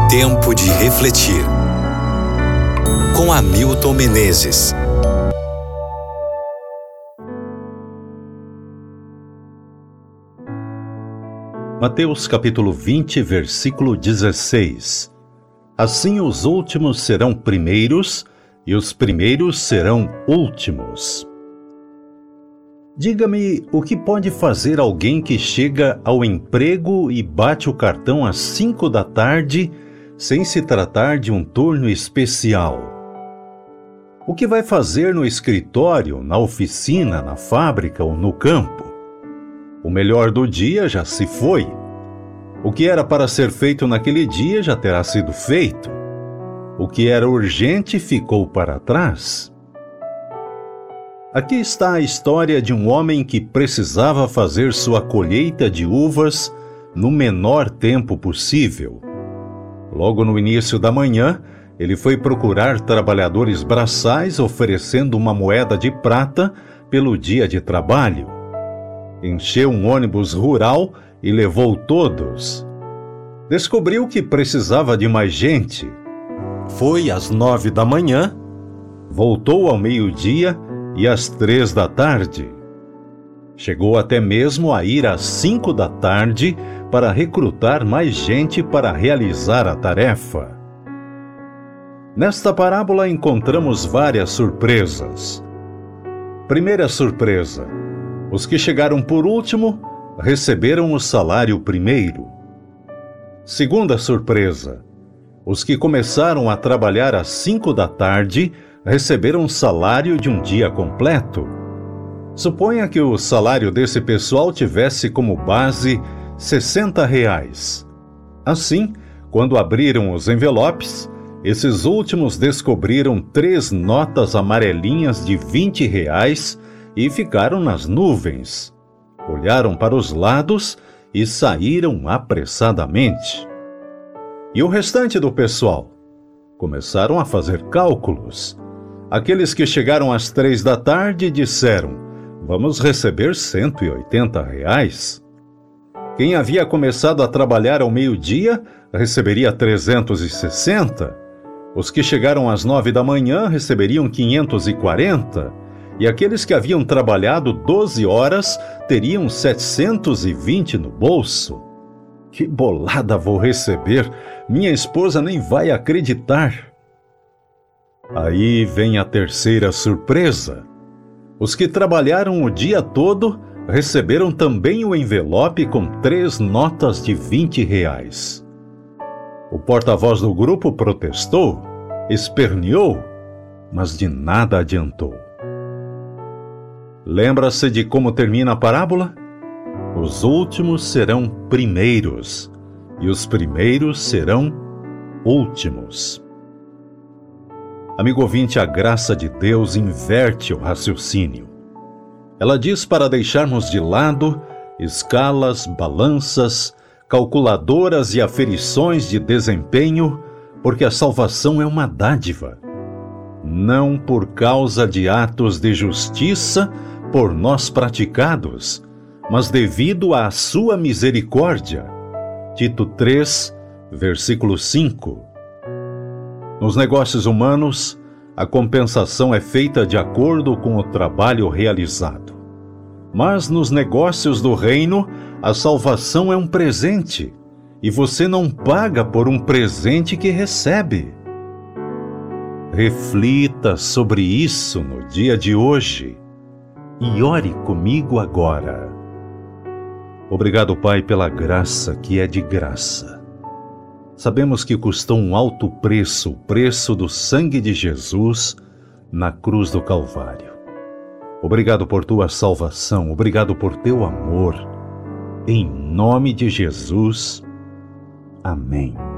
Tempo de refletir. Com Hamilton Menezes. Mateus capítulo 20, versículo 16. Assim os últimos serão primeiros, e os primeiros serão últimos. Diga-me o que pode fazer alguém que chega ao emprego e bate o cartão às 5 da tarde, sem se tratar de um turno especial. O que vai fazer no escritório, na oficina, na fábrica ou no campo? O melhor do dia já se foi. O que era para ser feito naquele dia já terá sido feito. O que era urgente ficou para trás. Aqui está a história de um homem que precisava fazer sua colheita de uvas no menor tempo possível. Logo no início da manhã, ele foi procurar trabalhadores braçais oferecendo uma moeda de prata pelo dia de trabalho. Encheu um ônibus rural e levou todos. Descobriu que precisava de mais gente. Foi às 9 da manhã, voltou ao meio-dia e às 3 da tarde. Chegou até mesmo a ir às 5 da tarde para recrutar mais gente para realizar a tarefa. Nesta parábola encontramos várias surpresas. Primeira surpresa: os que chegaram por último receberam o salário primeiro. Segunda surpresa: os que começaram a trabalhar às 5 da tarde receberam o salário de um dia completo. Suponha que o salário desse pessoal tivesse como base R$60. Assim, quando abriram os envelopes, esses últimos descobriram 3 notas amarelinhas de R$20 e ficaram nas nuvens. Olharam para os lados e saíram apressadamente. E o restante do pessoal? Começaram a fazer cálculos. Aqueles que chegaram às 3 da tarde disseram: vamos receber R$180. Quem havia começado a trabalhar ao meio-dia receberia 360. Os que chegaram às 9 da manhã receberiam 540. E aqueles que haviam trabalhado 12 horas teriam 720 no bolso. Que bolada vou receber! Minha esposa nem vai acreditar. Aí vem a terceira surpresa. Os que trabalharam o dia todo receberam também o envelope com 3 notas de R$20. O porta-voz do grupo protestou, esperneou, mas de nada adiantou. Lembra-se de como termina a parábola? Os últimos serão primeiros, e os primeiros serão últimos. Amigo ouvinte, a graça de Deus inverte o raciocínio. Ela diz para deixarmos de lado escalas, balanças, calculadoras e aferições de desempenho, porque a salvação é uma dádiva. Não por causa de atos de justiça por nós praticados, mas devido à sua misericórdia. Tito 3, versículo 5. Nos negócios humanos, a compensação é feita de acordo com o trabalho realizado. Mas nos negócios do reino, a salvação é um presente, e você não paga por um presente que recebe. Reflita sobre isso no dia de hoje e ore comigo agora. Obrigado, Pai, pela graça que é de graça. Sabemos que custou um alto preço, o preço do sangue de Jesus na cruz do Calvário. Obrigado por tua salvação, obrigado por teu amor. Em nome de Jesus, amém.